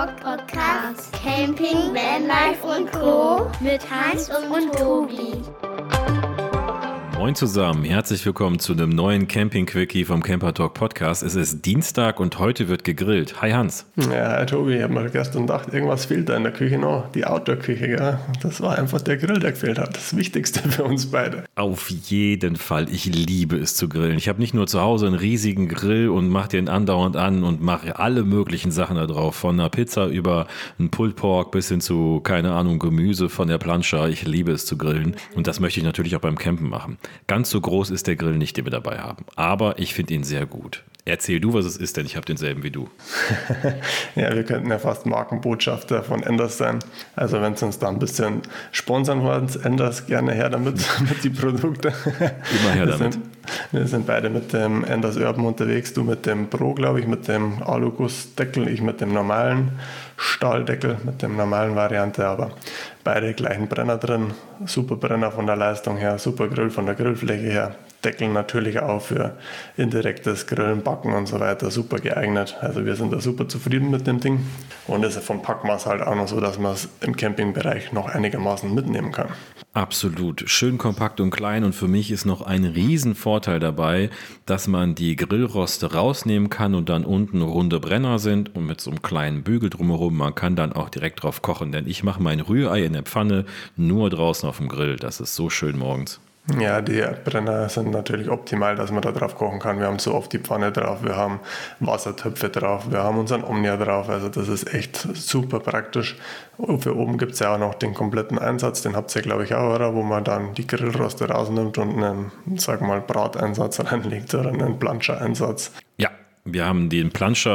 Talk Podcast. Camping, Vanlife und Co. mit Hans und Tobi. Moin zusammen, herzlich willkommen zu einem neuen Camping-Quickie vom Camper Talk Podcast. Es ist Dienstag und heute wird gegrillt. Hi Hans. Ja, hi Tobi, ich habe mir gestern gedacht, irgendwas fehlt da in der Küche noch. Die Outdoor-Küche, gell? Das war einfach der Grill, der gefehlt hat. Das Wichtigste für uns beide. Auf jeden Fall, ich liebe es zu grillen. Ich habe nicht nur zu Hause einen riesigen Grill und mache den andauernd an und mache alle möglichen Sachen da drauf. Von einer Pizza über einen Pulled Pork bis hin zu, keine Ahnung, Gemüse von der Plancha. Ich liebe es zu grillen und das möchte ich natürlich auch beim Campen machen. Ganz so groß ist der Grill nicht, den wir dabei haben. Aber ich finde ihn sehr gut. Erzähl du, was es ist, denn ich habe denselben wie du. Ja, wir könnten ja fast Markenbotschafter von Enders sein. Also wenn sie uns da ein bisschen sponsern wollen, Enders gerne her damit, mit die Produkte. Immer her damit. Wir sind beide mit dem Enders Urban unterwegs. Du mit dem Pro, glaube ich, mit dem Alugussdeckel. Ich mit dem normalen Stahldeckel, mit dem normalen Variante. Aber beide gleichen Brenner drin. Super Brenner von der Leistung her, super Grill von der Grillfläche her. Deckel natürlich auch für indirektes Grillen, Backen und so weiter super geeignet. Also wir sind da super zufrieden mit dem Ding. Und es ist vom Packmaß halt auch noch so, dass man es im Campingbereich noch einigermaßen mitnehmen kann. Absolut. Schön kompakt und klein und für mich ist noch ein Riesenvorteil dabei, dass man die Grillroste rausnehmen kann und dann unten runde Brenner sind und mit so einem kleinen Bügel drumherum. Man kann dann auch direkt drauf kochen, denn ich mache mein Rührei in der Pfanne nur draußen auf dem Grill. Das ist so schön morgens. Ja, die Brenner sind natürlich optimal, dass man da drauf kochen kann. Wir haben so oft die Pfanne drauf, wir haben Wassertöpfe drauf, wir haben unseren Omnia drauf. Also das ist echt super praktisch. Und für oben gibt es ja auch noch den kompletten Einsatz, den habt ihr glaube ich auch, oder? Wo man dann die Grillroste rausnimmt und einen, sag mal, Brateinsatz reinlegt oder einen Plancha-Einsatz. Ja, wir haben den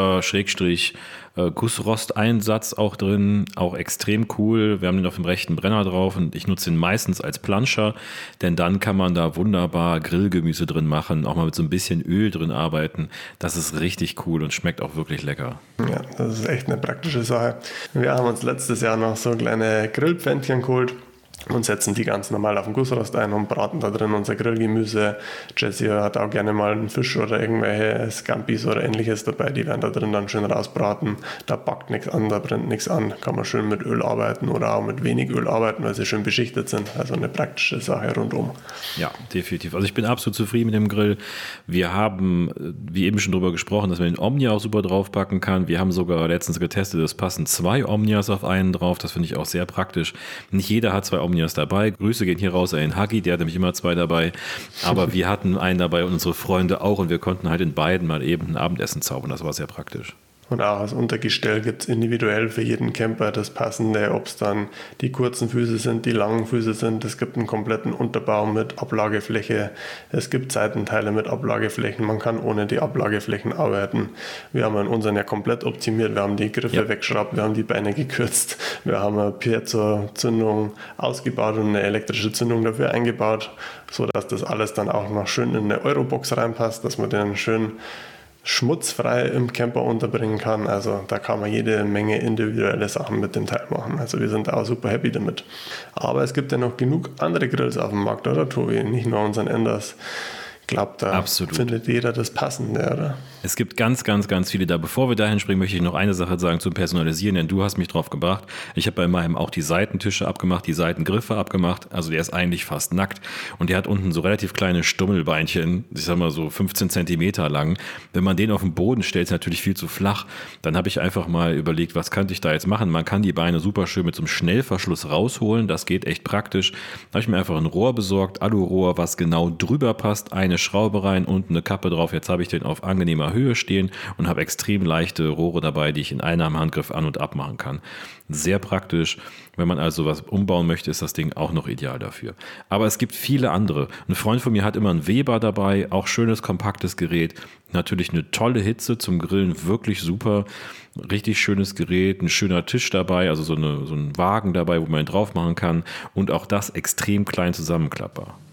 Plancha-Gussrosteinsatz auch drin, auch extrem cool. Wir haben den auf dem rechten Brenner drauf und ich nutze ihn meistens als Plancha, denn dann kann man da wunderbar Grillgemüse drin machen, auch mal mit so ein bisschen Öl drin arbeiten. Das ist richtig cool und schmeckt auch wirklich lecker. Ja, das ist echt eine praktische Sache. Wir haben uns letztes Jahr noch so kleine Grillpfännchen geholt und setzen die ganz normal auf den Gussrost ein und braten da drin unser Grillgemüse. Jessie hat auch gerne mal einen Fisch oder irgendwelche Scampis oder ähnliches dabei, die werden da drin dann schön rausbraten. Da backt nichts an, da brennt nichts an. Kann man schön mit Öl arbeiten oder auch mit wenig Öl arbeiten, weil sie schön beschichtet sind. Also eine praktische Sache rundum. Ja, definitiv. Also ich bin absolut zufrieden mit dem Grill. Wir haben, wie eben schon drüber gesprochen, dass man den Omnia auch super draufpacken kann. Wir haben sogar letztens getestet, es passen 2 Omnias auf einen drauf. Das finde ich auch sehr praktisch. Nicht jeder hat 2 Omnias dabei. Grüße gehen hier raus an den Hagi, der hat nämlich immer 2 dabei. Aber wir hatten einen dabei und unsere Freunde auch und wir konnten halt in beiden mal eben ein Abendessen zaubern. Das war sehr praktisch. Und auch als Untergestell gibt es individuell für jeden Camper das Passende, ob es dann die kurzen Füße sind, die langen Füße sind. Es gibt einen kompletten Unterbau mit Ablagefläche. Es gibt Seitenteile mit Ablageflächen. Man kann ohne die Ablageflächen arbeiten. Wir haben unseren ja komplett optimiert. Wir haben die Griffe weggeschraubt, wir haben die Beine gekürzt. Wir haben eine Piezo-Zündung ausgebaut und eine elektrische Zündung dafür eingebaut, sodass das alles dann auch noch schön in eine Eurobox reinpasst, dass man den schön schmutzfrei im Camper unterbringen kann. Also da kann man jede Menge individuelle Sachen mit dem Teil machen. Also wir sind da auch super happy damit. Aber es gibt ja noch genug andere Grills auf dem Markt, oder Tobi? Nicht nur unseren Enders. Ich glaube, da findet jeder das Passende, oder? Es gibt ganz, ganz, ganz viele da. Bevor wir dahin springen, möchte ich noch eine Sache sagen zum Personalisieren, denn du hast mich drauf gebracht. Ich habe bei meinem auch die Seitentische abgemacht, die Seitengriffe abgemacht. Also der ist eigentlich fast nackt und der hat unten so relativ kleine Stummelbeinchen, ich sag mal so 15 Zentimeter lang. Wenn man den auf den Boden stellt, ist natürlich viel zu flach. Dann habe ich einfach mal überlegt, was könnte ich da jetzt machen? Man kann die Beine super schön mit so einem Schnellverschluss rausholen. Das geht echt praktisch. Da habe ich mir einfach ein Rohr besorgt, Alurohr, was genau drüber passt, eine Schraube rein und eine Kappe drauf. Jetzt habe ich den auf angenehmer Höhe stehen und habe extrem leichte Rohre dabei, die ich in einem Handgriff an- und abmachen kann. Sehr praktisch. Wenn man also was umbauen möchte, ist das Ding auch noch ideal dafür. Aber es gibt viele andere. Ein Freund von mir hat immer einen Weber dabei, auch schönes, kompaktes Gerät. Natürlich eine tolle Hitze zum Grillen, wirklich super. Richtig schönes Gerät, ein schöner Tisch dabei, also so ein Wagen dabei, wo man ihn drauf machen kann. Und auch das extrem klein zusammenklappbar.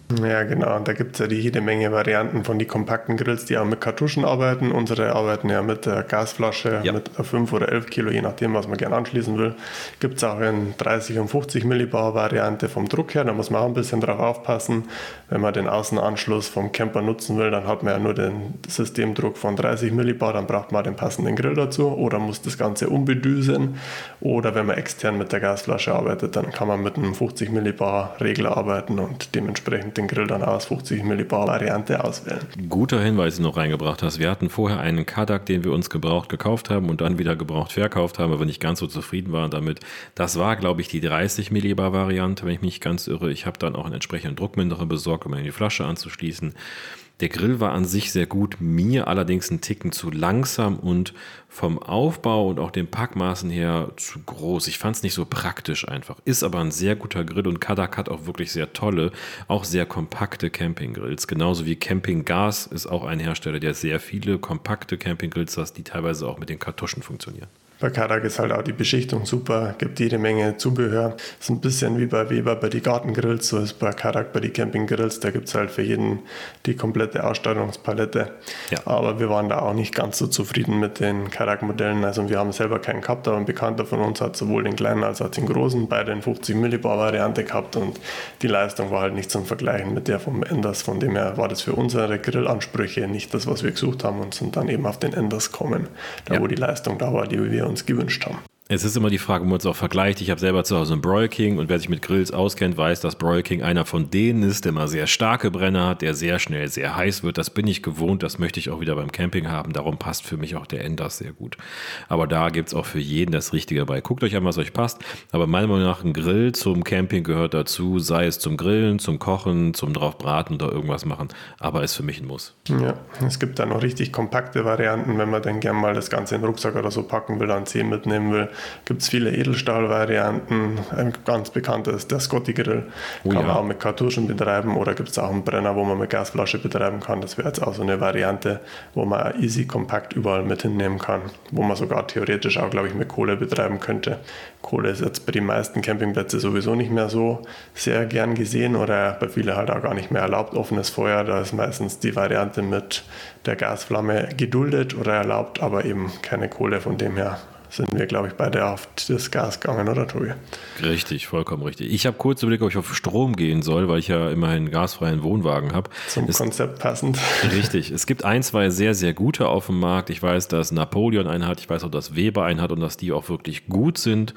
Ja, genau. Da gibt es ja jede Menge Varianten von die kompakten Grills, die auch mit Kartuschen arbeiten. Unsere arbeiten ja mit der Gasflasche, mit 5 oder 11 Kilo, je nachdem, was man gerne anschließen will. Gibt es auch in 30 und 50 Millibar Variante vom Druck her. Da muss man auch ein bisschen drauf aufpassen. Wenn man den Außenanschluss vom Camper nutzen will, dann hat man ja nur den Systemdruck von 30 Millibar. Dann braucht man den passenden Grill dazu oder muss das Ganze umbedüsen. Oder wenn man extern mit der Gasflasche arbeitet, dann kann man mit einem 50 Millibar Regler arbeiten und dementsprechend den Grill dann aus 50 Millibar Variante auswählen. Guter Hinweis, den du noch reingebracht hast. Wir hatten vorher einen Kadak, den wir uns gebraucht gekauft haben und dann wieder gebraucht verkauft haben, aber nicht ganz so zufrieden waren damit. Das war, glaube ich, die 30 Millibar Variante, wenn ich mich nicht ganz irre. Ich habe dann auch einen entsprechenden Druckminderer besorgt, um ihn in die Flasche anzuschließen. Der Grill war an sich sehr gut, mir allerdings einen Ticken zu langsam und vom Aufbau und auch den Packmaßen her zu groß. Ich fand es nicht so praktisch einfach. Ist aber ein sehr guter Grill und Kadak hat auch wirklich sehr tolle, auch sehr kompakte Campinggrills. Genauso wie Campinggas ist auch ein Hersteller, der sehr viele kompakte Campinggrills hat, die teilweise auch mit den Kartuschen funktionieren. Bei Kadak ist halt auch die Beschichtung super, gibt jede Menge Zubehör. Ist ein bisschen wie bei Weber bei den Gartengrills, so ist bei Kadak bei den Campinggrills. Da gibt es halt für jeden die komplette Ausstattungspalette. Ja. Aber wir waren da auch nicht ganz so zufrieden mit den Kadak-Modellen. Also wir haben selber keinen gehabt, aber ein Bekannter von uns hat sowohl den kleinen als auch den großen bei den 50 Millibar Variante gehabt und die Leistung war halt nicht zum Vergleichen mit der vom Enders. Von dem her war das für unsere Grillansprüche nicht das, was wir gesucht haben und sind dann eben auf den Enders gekommen, da wo die Leistung da war, die wir uns gewünscht haben. Es ist immer die Frage, wo man es auch vergleicht. Ich habe selber zu Hause einen Broil King und wer sich mit Grills auskennt, weiß, dass Broil King einer von denen ist, der immer sehr starke Brenner hat, der sehr schnell sehr heiß wird. Das bin ich gewohnt, das möchte ich auch wieder beim Camping haben. Darum passt für mich auch der Enders sehr gut. Aber da gibt es auch für jeden das Richtige dabei. Guckt euch an, was euch passt. Aber meiner Meinung nach, ein Grill zum Camping gehört dazu, sei es zum Grillen, zum Kochen, zum draufbraten oder irgendwas machen. Aber ist für mich ein Muss. Ja, es gibt da noch richtig kompakte Varianten, wenn man dann gerne mal das Ganze in den Rucksack oder so packen will, an 10 mitnehmen will. Gibt es viele Edelstahl-Varianten. Ein ganz bekannter ist der Scotty Grill. Kann man auch mit Kartuschen betreiben oder gibt es auch einen Brenner, wo man mit Gasflasche betreiben kann. Das wäre jetzt auch so eine Variante, wo man easy kompakt überall mit hinnehmen kann. Wo man sogar theoretisch auch, glaube ich, mit Kohle betreiben könnte. Kohle ist jetzt bei den meisten Campingplätzen sowieso nicht mehr so sehr gern gesehen oder bei vielen halt auch gar nicht mehr erlaubt. Offenes Feuer, da ist meistens die Variante mit der Gasflamme geduldet oder erlaubt, aber eben keine Kohle, von dem her sind wir, glaube ich, beide auf das Gas gegangen, oder Tobi? Richtig, vollkommen richtig. Ich habe kurz überlegt, ob ich auf Strom gehen soll, weil ich ja immerhin einen gasfreien Wohnwagen habe. Zum Konzept passend. Richtig. Es gibt ein, zwei sehr, sehr gute auf dem Markt. Ich weiß, dass Napoleon einen hat, ich weiß auch, dass Weber einen hat und dass die auch wirklich gut sind.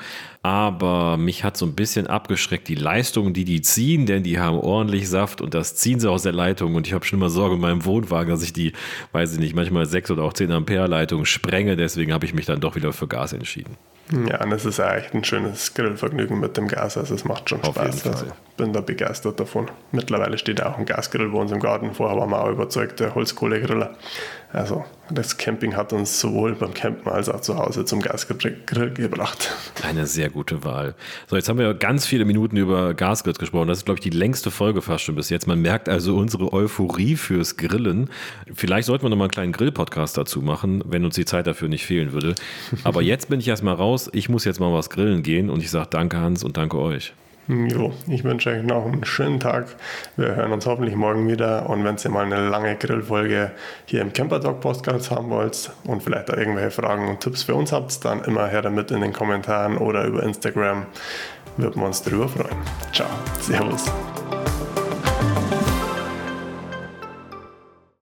Aber mich hat so ein bisschen abgeschreckt die Leistung, die ziehen, denn die haben ordentlich Saft und das ziehen sie aus der Leitung. Und ich habe schon immer Sorge in meinem Wohnwagen, dass ich die, weiß ich nicht, manchmal 6 oder auch 10 Ampere Leitung sprenge. Deswegen habe ich mich dann doch wieder für Gas entschieden. Ja, und es ist ja echt ein schönes Grillvergnügen mit dem Gas, also es macht schon Spaß. Also bin da begeistert davon. Mittlerweile steht auch ein Gasgrill bei uns im Garten. Vorher waren wir auch überzeugte Holzkohlegriller. Also das Camping hat uns sowohl beim Campen als auch zu Hause zum Gasgrill gebracht. Eine sehr gute Wahl. So, jetzt haben wir ganz viele Minuten über Gasgrills gesprochen. Das ist, glaube ich, die längste Folge fast schon bis jetzt. Man merkt also unsere Euphorie fürs Grillen. Vielleicht sollten wir noch mal einen kleinen Grill-Podcast dazu machen, wenn uns die Zeit dafür nicht fehlen würde. Aber jetzt bin ich erstmal raus. Ich muss jetzt mal was grillen gehen und ich sage danke Hans und danke euch. Jo, ich wünsche euch noch einen schönen Tag. Wir hören uns hoffentlich morgen wieder. Und wenn ihr mal eine lange Grillfolge hier im Camper Talk Podcast haben wollt und vielleicht auch irgendwelche Fragen und Tipps für uns habt, dann immer her damit in den Kommentaren oder über Instagram. Würden wir uns darüber freuen. Ciao, servus.